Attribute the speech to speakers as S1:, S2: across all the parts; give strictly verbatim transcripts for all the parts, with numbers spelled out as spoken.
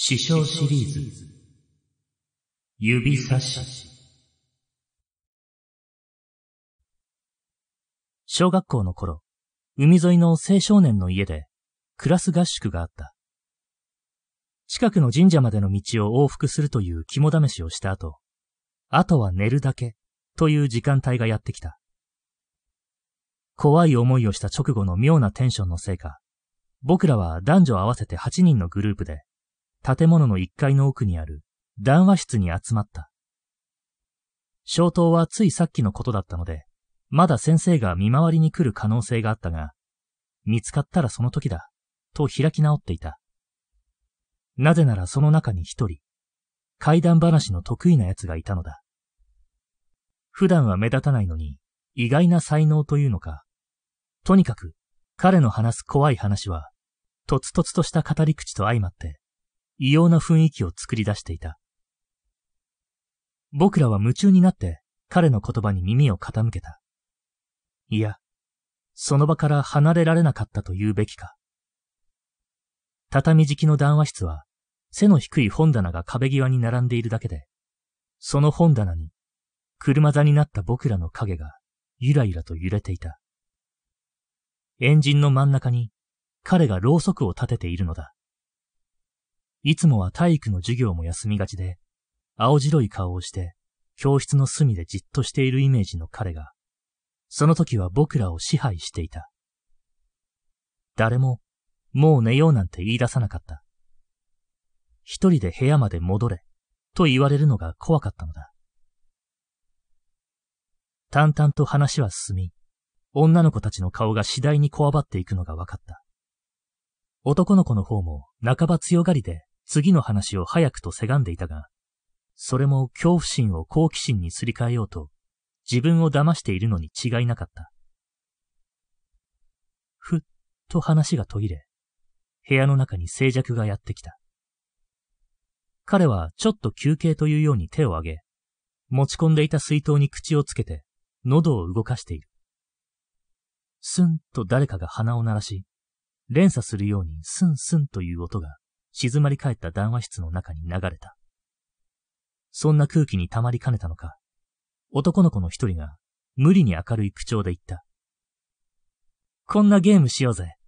S1: 師匠シリーズ指差し。小学校の頃、海沿いの青少年の家でクラス合宿があった。近くの神社までの道を往復するという肝試しをした後、あとは寝るだけという時間帯がやってきた。怖い思いをした直後の妙なテンションのせいか、僕らは男女合わせてはちにんのグループで、建物のいっかいの奥にある談話室に集まった。消灯はついさっきのことだったので、まだ先生が見回りに来る可能性があったが、見つかったらその時だ、と開き直っていた。なぜならその中に一人、怪談話の得意な奴がいたのだ。普段は目立たないのに、意外な才能というのか。とにかく、彼の話す怖い話は、とつとつとした語り口と相まって、異様な雰囲気を作り出していた。僕らは夢中になって彼の言葉に耳を傾けた。いや、その場から離れられなかったと言うべきか。畳敷きの談話室は背の低い本棚が壁際に並んでいるだけで、その本棚に車座になった僕らの影がゆらゆらと揺れていた。エンジンの真ん中に彼がろうそくを立てているのだ。いつもは体育の授業も休みがちで、青白い顔をして、教室の隅でじっとしているイメージの彼が、その時は僕らを支配していた。誰も、もう寝ようなんて言い出さなかった。一人で部屋まで戻れ、と言われるのが怖かったのだ。淡々と話は進み、女の子たちの顔が次第にこわばっていくのが分かった。男の子の方も半ば強がりで、次の話を早くとせがんでいたが、それも恐怖心を好奇心にすり替えようと、自分を騙しているのに違いなかった。ふっと話が途切れ、部屋の中に静寂がやってきた。彼はちょっと休憩というように手を挙げ、持ち込んでいた水筒に口をつけて、喉を動かしている。スンと誰かが鼻を鳴らし、連鎖するようにスンスンという音が、静まり返った談話室の中に流れた。そんな空気にたまりかねたのか、男の子の一人が無理に明るい口調で言った。こんなゲームしようぜ。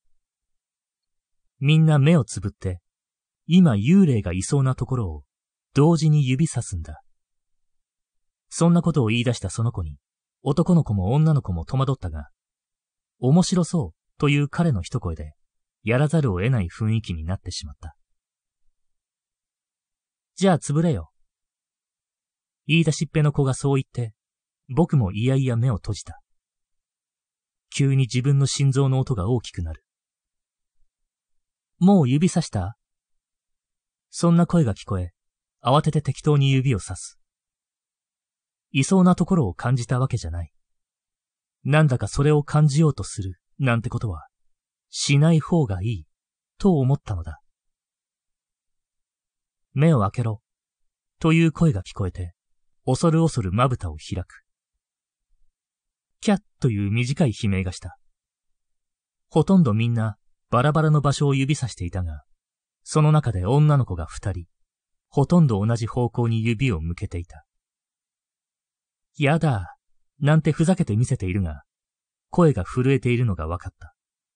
S1: みんな目をつぶって、今幽霊がいそうなところを同時に指さすんだ。そんなことを言い出したその子に、男の子も女の子も戸惑ったが、面白そうという彼の一声で、やらざるを得ない雰囲気になってしまった。じゃあ潰れよ。言い出しっぺの子がそう言って、僕もいやいや目を閉じた。急に自分の心臓の音が大きくなる。もう指さした?そんな声が聞こえ、慌てて適当に指をさす。いそうなところを感じたわけじゃない。なんだかそれを感じようとする、なんてことは、しない方がいい、と思ったのだ。目を開けろ、という声が聞こえて、恐る恐るまぶたを開く。キャッという短い悲鳴がした。ほとんどみんなバラバラの場所を指さしていたが、その中で女の子が二人、ほとんど同じ方向に指を向けていた。やだ、なんてふざけて見せているが、声が震えているのがわかった。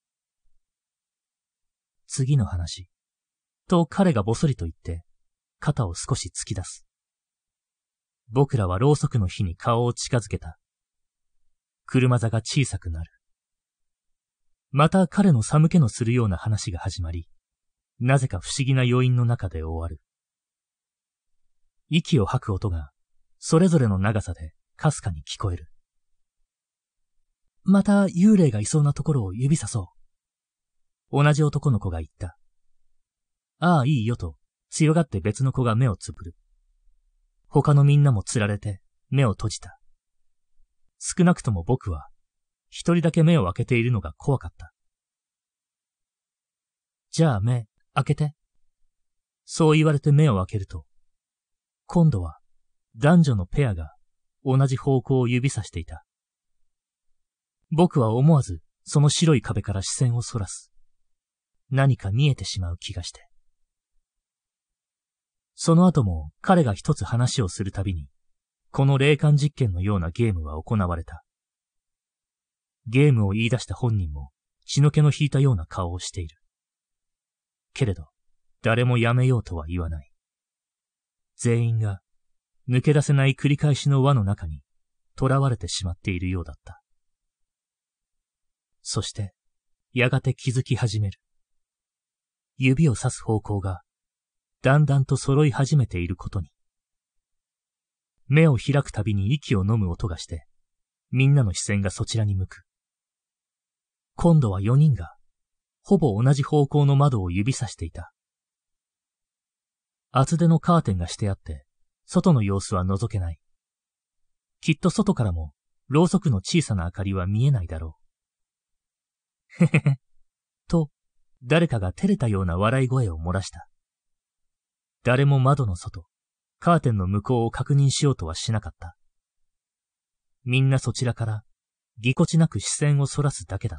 S1: 次の話、と彼がぼそりと言って、肩を少し突き出す。僕らはろうそくの火に顔を近づけた。車座が小さくなる。また彼の寒気のするような話が始まり、なぜか不思議な余韻の中で終わる。息を吐く音が、それぞれの長さでかすかに聞こえる。また幽霊がいそうなところを指さそう。同じ男の子が言った。ああ、いいよと、強がって別の子が目をつぶる。他のみんなもつられて目を閉じた。少なくとも僕は、一人だけ目を開けているのが怖かった。じゃあ目、開けて。そう言われて目を開けると、今度は男女のペアが同じ方向を指さしていた。僕は思わずその白い壁から視線をそらす。何か見えてしまう気がして。 その後も彼が一つ話をするたびに、この霊感実験のようなゲームは行われた。ゲームを言い出した本人も血の気の引いたような顔をしている。けれど、誰もやめようとは言わない。全員が抜け出せない繰り返しの輪の中に囚われてしまっているようだった。そして、やがて気づき始める。指を指す方向がだんだんと揃い始めていることに。目を開くたびに息を飲む音がして、みんなの視線がそちらに向く。今度はよにんが、ほぼ同じ方向の窓を指さしていた。厚手のカーテンがしてあって、外の様子は覗けない。きっと外からも、ろうそくの小さな明かりは見えないだろう。へへへ。と、誰かが照れたような笑い声を漏らした。誰も窓の外、カーテンの向こうを確認しようとはしなかった。みんなそちらから、ぎこちなく視線をそらすだけだった。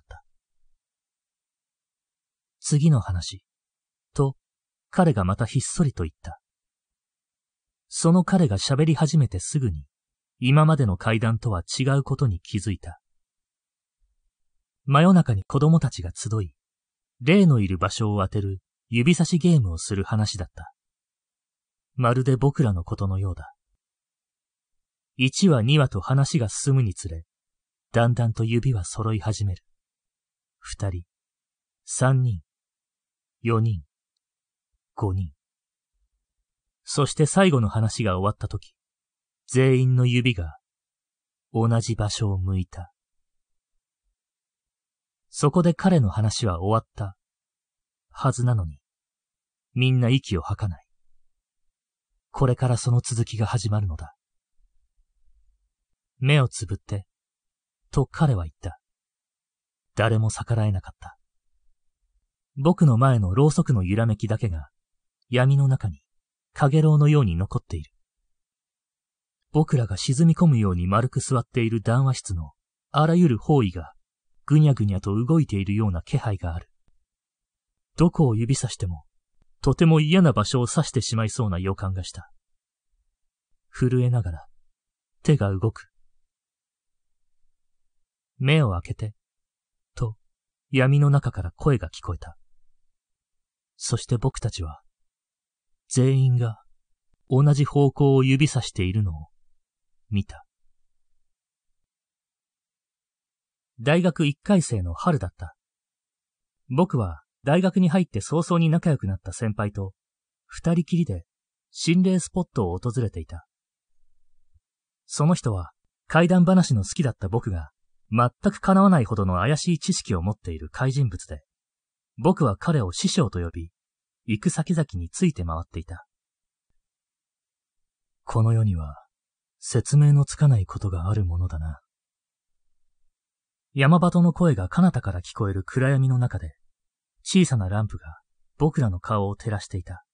S1: 次の話、と、彼がまたひっそりと言った。その彼が喋り始めてすぐに、今までの階段とは違うことに気づいた。真夜中に子供たちが集い、霊のいる場所を当てる指差しゲームをする話だった。まるで僕らのことのようだ。一話二話と話が進むにつれ、だんだんと指は揃い始める。二人、三人、四人、五人。そして最後の話が終わったとき、全員の指が同じ場所を向いた。そこで彼の話は終わったはずなのに、みんな息を吐かない。これからその続きが始まるのだ。目をつぶって、と彼は言った。誰も逆らえなかった。僕の前のろうそくの揺らめきだけが闇の中にかげろうのように残っている。僕らが沈み込むように丸く座っている談話室のあらゆる方位がぐにゃぐにゃと動いているような気配がある。どこを指さしてもとても嫌な場所を指してしまいそうな予感がした。震えながら手が動く。目を開けて、と闇の中から声が聞こえた。そして僕たちは全員が同じ方向を指さしているのを見た。大学一回生の春だった。僕は大学に入って早々に仲良くなった先輩と二人きりで心霊スポットを訪れていた。その人は怪談話の好きだった僕が全く叶わないほどの怪しい知識を持っている怪人物で、僕は彼を師匠と呼び、行く先々について回っていた。この世には説明のつかないことがあるものだな。山鳩の声が彼方から聞こえる暗闇の中で、小さなランプが僕らの顔を照らしていた。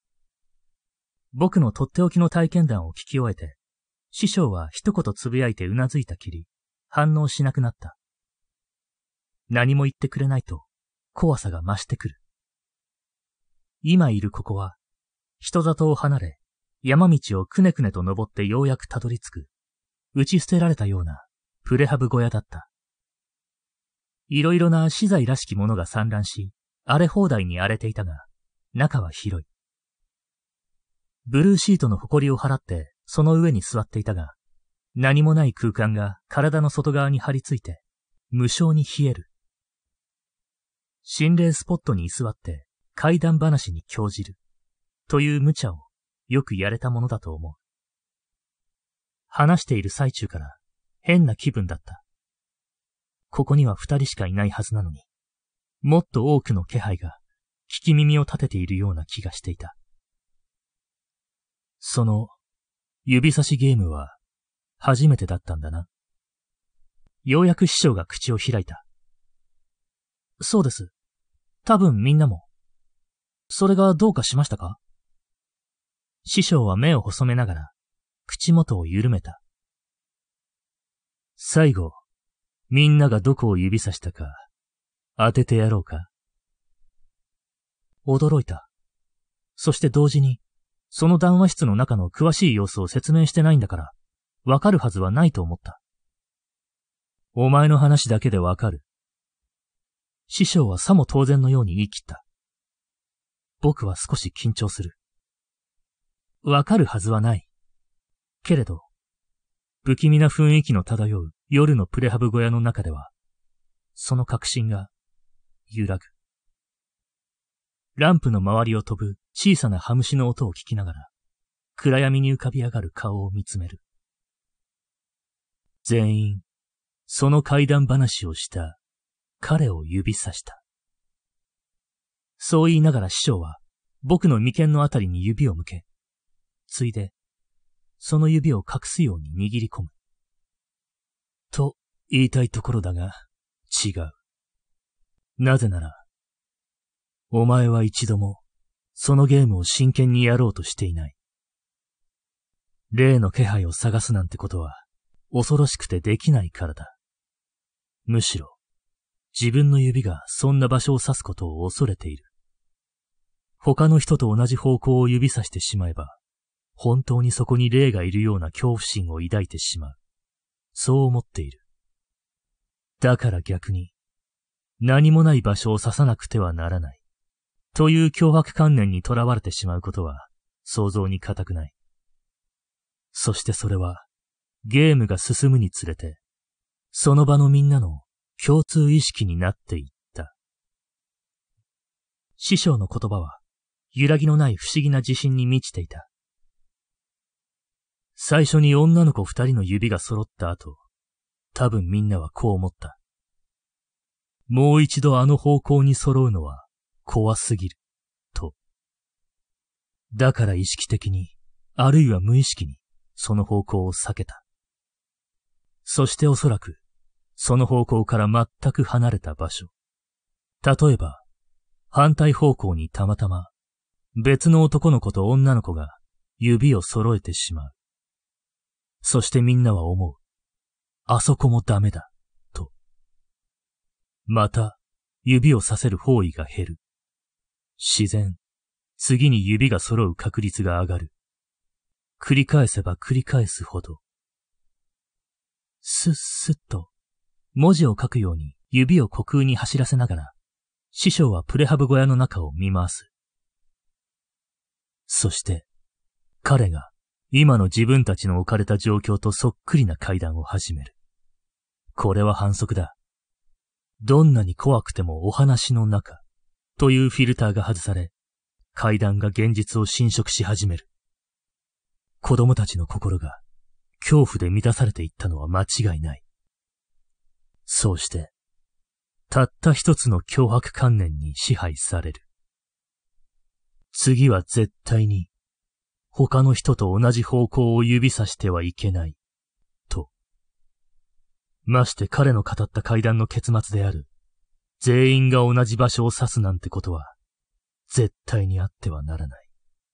S1: 僕のとっておきの体験談を聞き終えて、師匠は一言つぶやいてうなずいたきり、反応しなくなった。何も言ってくれないと、怖さが増してくる。今いるここは、人里を離れ、山道をくねくねと登ってようやくたどり着く、打ち捨てられたようなプレハブ小屋だった。いろいろな資材らしきものが散乱し、荒れ放題に荒れていたが、中は広い。ブルーシートの埃を払ってその上に座っていたが、何もない空間が体の外側に張り付いて、無性に冷える。心霊スポットに居座って怪談話に興じる、という無茶をよくやれたものだと思う。話している最中から変な気分だった。ここには二人しかいないはずなのに、もっと多くの気配が聞き耳を立てているような気がしていた。その指差しゲームは初めてだったんだな。ようやく師匠が口を開いた。そうです。多分みんなも。それがどうかしましたか？師匠は目を細めながら口元を緩めた。最後、みんながどこを指さしたか当ててやろうか。驚いた。そして同時にその談話室の中の詳しい様子を説明してないんだから、わかるはずはないと思った。お前の話だけでわかる。師匠はさも当然のように言い切った。僕は少し緊張する。わかるはずはない。けれど、不気味な雰囲気の漂う夜のプレハブ小屋の中では、その確信が揺らぐ。ランプの周りを飛ぶ小さなハムシの音を聞きながら、暗闇に浮かび上がる顔を見つめる。全員、その怪談話をした彼を指さした。そう言いながら師匠は僕の眉間のあたりに指を向け、ついで、その指を隠すように握り込む。と言いたいところだが、違う。なぜなら、お前は一度もそのゲームを真剣にやろうとしていない。霊の気配を探すなんてことは恐ろしくてできないからだ。むしろ、自分の指がそんな場所を指すことを恐れている。他の人と同じ方向を指さしてしまえば、本当にそこに霊がいるような恐怖心を抱いてしまう。そう思っている。だから逆に、何もない場所を指さなくてはならない。という脅迫観念にとらわれてしまうことは、想像に難くない。そしてそれは、ゲームが進むにつれて、その場のみんなの共通意識になっていった。師匠の言葉は、揺らぎのない不思議な自信に満ちていた。最初に女の子二人の指が揃った後、多分みんなはこう思った。もう一度あの方向に揃うのは怖すぎる、と。だから意識的に、あるいは無意識に、その方向を避けた。そしておそらく、その方向から全く離れた場所。例えば、反対方向にたまたま、別の男の子と女の子が指を揃えてしまう。そしてみんなは思う。あそこもダメだ、と。また、指をさせる方位が減る。自然、次に指が揃う確率が上がる。繰り返せば繰り返すほど。スッスッと、文字を書くように指を虚空に走らせながら、師匠はプレハブ小屋の中を見回す。そして、彼が今の自分たちの置かれた状況とそっくりな階段を始める。これは反則だ。どんなに怖くてもお話の中というフィルターが外され、階段が現実を侵食し始める。子供たちの心が恐怖で満たされていったのは間違いない。そうして、たった一つの脅迫観念に支配される。次は絶対に他の人と同じ方向を指さしてはいけない、と。まして彼の語った階段の結末である、全員が同じ場所を指すなんてことは、絶対にあってはならない。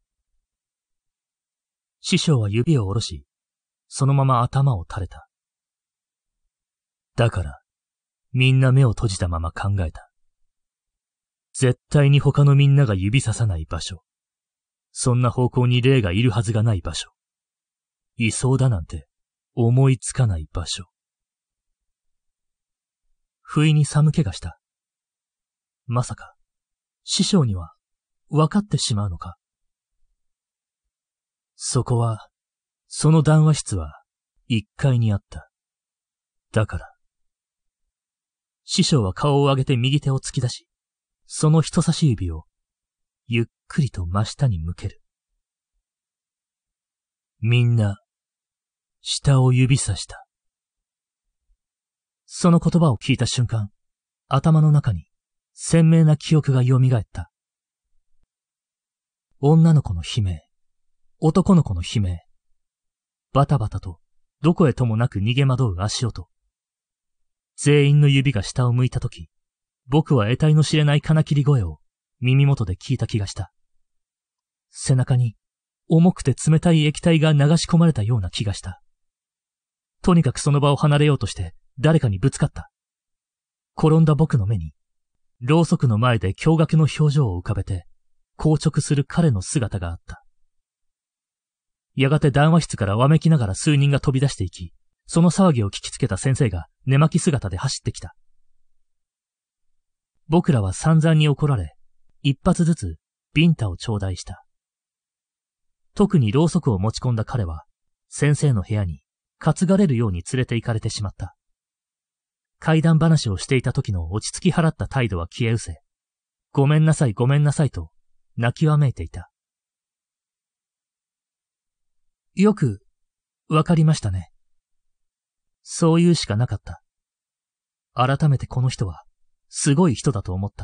S1: 師匠は指を下ろし、そのまま頭を垂れた。だから、みんな目を閉じたまま考えた。絶対に他のみんなが指ささない場所。そんな方向に霊がいるはずがない場所。いそうだなんて思いつかない場所。不意に寒気がした。まさか、師匠には分かってしまうのか。そこは、その談話室は一階にあった。だから、師匠は顔を上げて右手を突き出し、その人差し指をゆっくりと真下に向ける。みんな、下を指さした。その言葉を聞いた瞬間、頭の中に鮮明な記憶が蘇った。女の子の悲鳴、男の子の悲鳴、バタバタとどこへともなく逃げ惑う足音。全員の指が下を向いたとき、僕は得体の知れない金切り声を耳元で聞いた気がした。背中に重くて冷たい液体が流し込まれたような気がした。とにかくその場を離れようとして誰かにぶつかった。転んだ僕の目に、ろうそくの前で驚愕の表情を浮かべて、硬直する彼の姿があった。 やがて談話室からわめきながら数人が飛び出していき、その騒ぎを聞きつけた先生が寝巻き姿で走ってきた。僕らは散々に怒られ、一発ずつビンタを頂戴した。特にろうそくを持ち込んだ彼は、先生の部屋に担がれるように連れて行かれてしまった。怪談話をしていた時の落ち着き払った態度は消え失せ、ごめんなさいごめんなさいと泣きわめいていた。よくわかりましたね。そう言うしかなかった。改めてこの人はすごい人だと思った。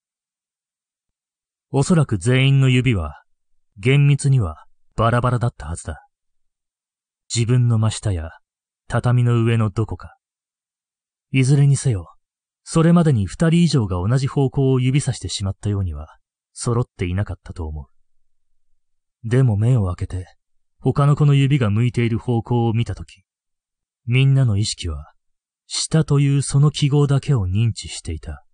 S1: おそらく全員の指は厳密にはバラバラだったはずだ。自分の真下や畳の上のどこか。いずれにせよ、それまでに二人以上が同じ方向を指さしてしまったようには揃っていなかったと思う。でも目を開けて他の子の指が向いている方向を見たとき、みんなの意識は下というその記号だけを認知していた。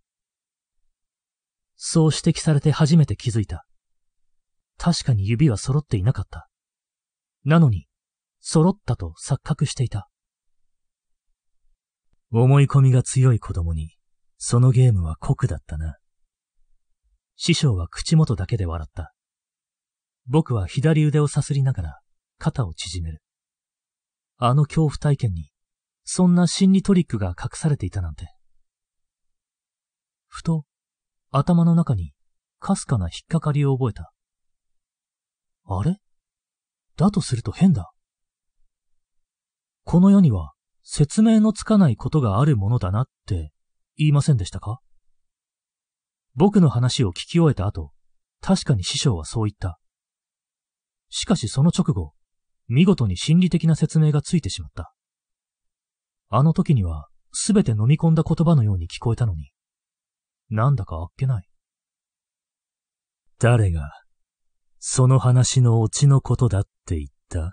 S1: そう指摘されて初めて気づいた。確かに指は揃っていなかった。なのに、揃ったと錯覚していた。思い込みが強い子供に、そのゲームは酷だったな。師匠は口元だけで笑った。僕は左腕をさすりながら肩を縮める。あの恐怖体験に、そんな心理トリックが隠されていたなんて。ふと、頭の中にかすかな引っかかりを覚えた。あれ？だとすると変だ。この世には説明のつかないことがあるものだなって言いませんでしたか？僕の話を聞き終えた後、確かに師匠はそう言った。しかしその直後、見事に心理的な説明がついてしまった。あの時にはすべて飲み込んだ言葉のように聞こえたのに、なんだかあっけない。誰が、その話のオチのことだって言った？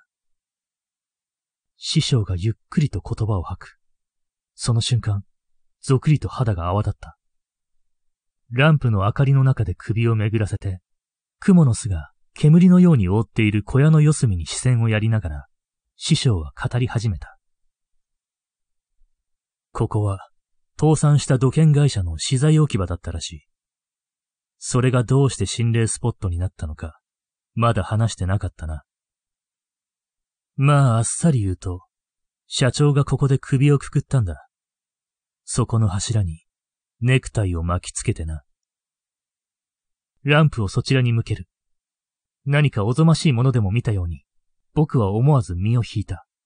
S1: 師匠がゆっくりと言葉を吐く。その瞬間、ぞくりと肌が泡立った。ランプの明かりの中で首を巡らせて、蜘蛛の巣が煙のように覆っている小屋の四隅に視線をやりながら、師匠は語り始めた。ここは、倒産した土建会社の資材置き場だったらしい。それがどうして心霊スポットになったのか、まだ話してなかったな。まああっさり言うと、社長がここで首をくくったんだ。そこの柱にネクタイを巻きつけてな。ランプをそちらに向ける。何かおぞましいものでも見たように、僕は思わず身を引いた。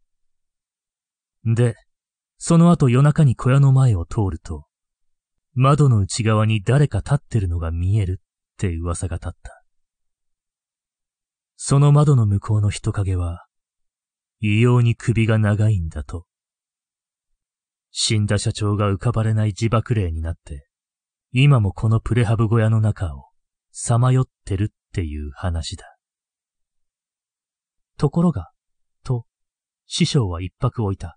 S1: で、その後夜中に小屋の前を通ると、窓の内側に誰か立ってるのが見えるって噂が立った。その窓の向こうの人影は、異様に首が長いんだと。死んだ社長が浮かばれない自爆霊になって、今もこのプレハブ小屋の中をさまよってるっていう話だ。ところが、と、師匠は一拍置いた。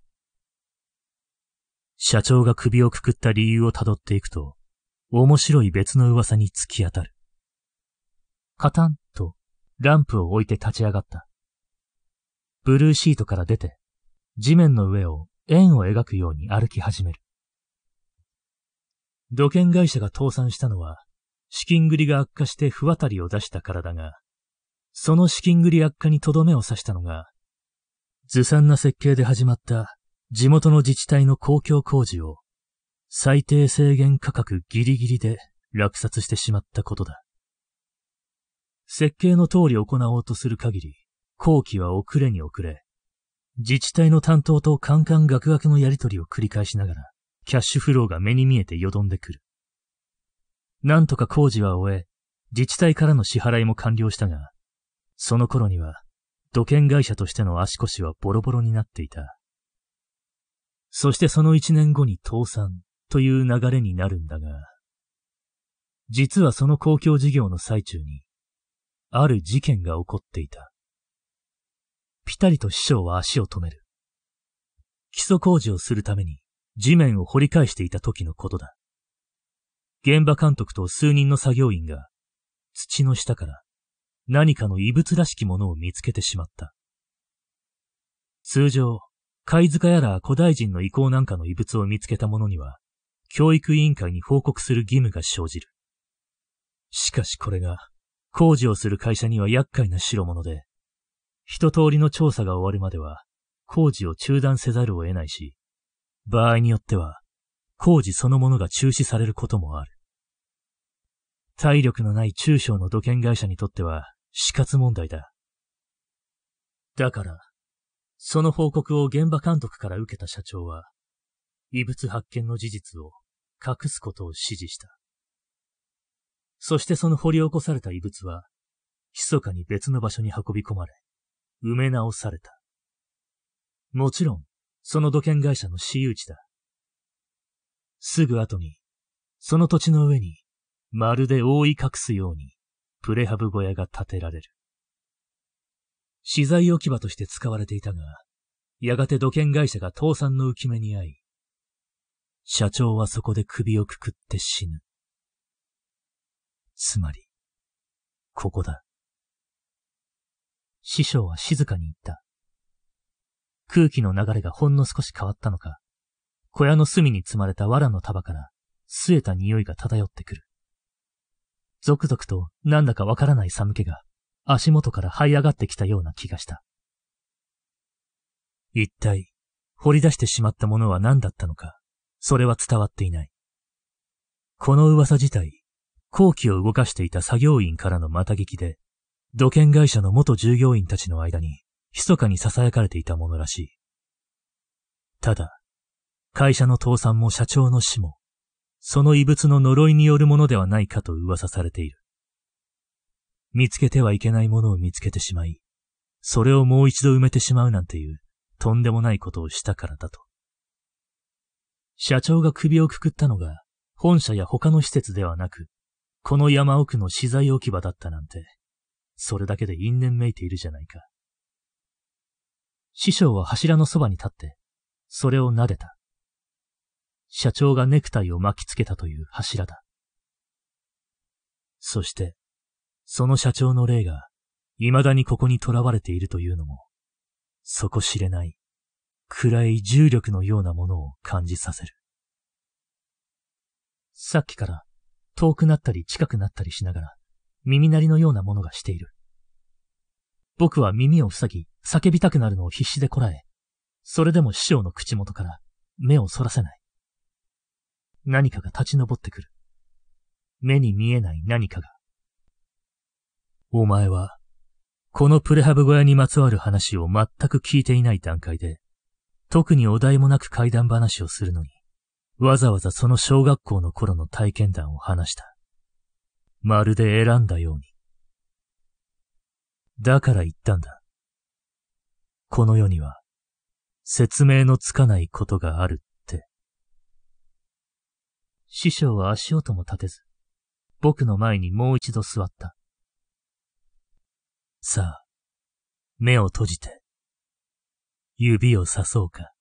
S1: 社長が首をくくった理由をたどっていくと、面白い別の噂に突き当たる。カタンとランプを置いて立ち上がった。ブルーシートから出て、地面の上を円を描くように歩き始める。土建会社が倒産したのは、資金繰りが悪化して不渡りを出したからだが、その資金繰り悪化にとどめを刺したのが、ずさんな設計で始まった地元の自治体の公共工事を最低制限価格ギリギリで落札してしまったことだ。設計の通り行おうとする限り、工期は遅れに遅れ、自治体の担当とカンカンガクガクのやり取りを繰り返しながら、キャッシュフローが目に見えてよどんでくる。なんとか工事は終え、自治体からの支払いも完了したが、その頃には、土建会社としての足腰はボロボロになっていた。そしてその一年後に倒産という流れになるんだが、実はその公共事業の最中に、ある事件が起こっていた。ぴたりと師匠は足を止める。基礎工事をするために地面を掘り返していた時のことだ。現場監督と数人の作業員が土の下から何かの異物らしきものを見つけてしまった。通常、貝塚やら古代人の遺構なんかの異物を見つけた者には、教育委員会に報告する義務が生じる。しかしこれが、工事をする会社には厄介な代物で、一通りの調査が終わるまでは、工事を中断せざるを得ないし、場合によっては、工事そのものが中止されることもある。体力のない中小の土建会社にとっては死活問題だ。だから、その報告を現場監督から受けた社長は、異物発見の事実を隠すことを指示した。そしてその掘り起こされた異物は、密かに別の場所に運び込まれ、埋め直された。もちろん、その土建会社の私有地だ。すぐ後に、その土地の上に、まるで覆い隠すように、プレハブ小屋が建てられる。資材置き場として使われていたが、やがて土建会社が倒産の浮き目に遭い、社長はそこで首をくくって死ぬ。つまり、ここだ。師匠は静かに言った。空気の流れがほんの少し変わったのか、小屋の隅に積まれた藁の束から据えた匂いが漂ってくる。続々となんだかわからない寒気が足元から這い上がってきたような気がした。一体、掘り出してしまったものは何だったのか、それは伝わっていない。この噂自体、工期を動かしていた作業員からのまた聞きで、土建会社の元従業員たちの間に、密かに囁かれていたものらしい。ただ、会社の倒産も社長の死も、その異物の呪いによるものではないかと噂されている。見つけてはいけないものを見つけてしまい、それをもう一度埋めてしまうなんていう、とんでもないことをしたからだと。社長が首をくくったのが、本社や他の施設ではなく、この山奥の資材置き場だったなんて、それだけで因縁めいているじゃないか。師匠は柱のそばに立って、それを撫でた。社長がネクタイを巻きつけたという柱だ。そして、その社長の霊が、未だにここに囚われているというのも、底知れない、暗い重力のようなものを感じさせる。さっきから、遠くなったり近くなったりしながら、耳鳴りのようなものがしている。僕は耳を塞ぎ、叫びたくなるのを必死でこらえ、それでも師匠の口元から目をそらせない。何かが立ち上ってくる。目に見えない何かが。お前は、このプレハブ小屋にまつわる話を全く聞いていない段階で、特にお題もなく怪談話をするのに、わざわざその小学校の頃の体験談を話した。まるで選んだように。だから言ったんだ。この世には、説明のつかないことがあるって。師匠は足音も立てず、僕の前にもう一度座った。さあ、目を閉じて、指をさそうか。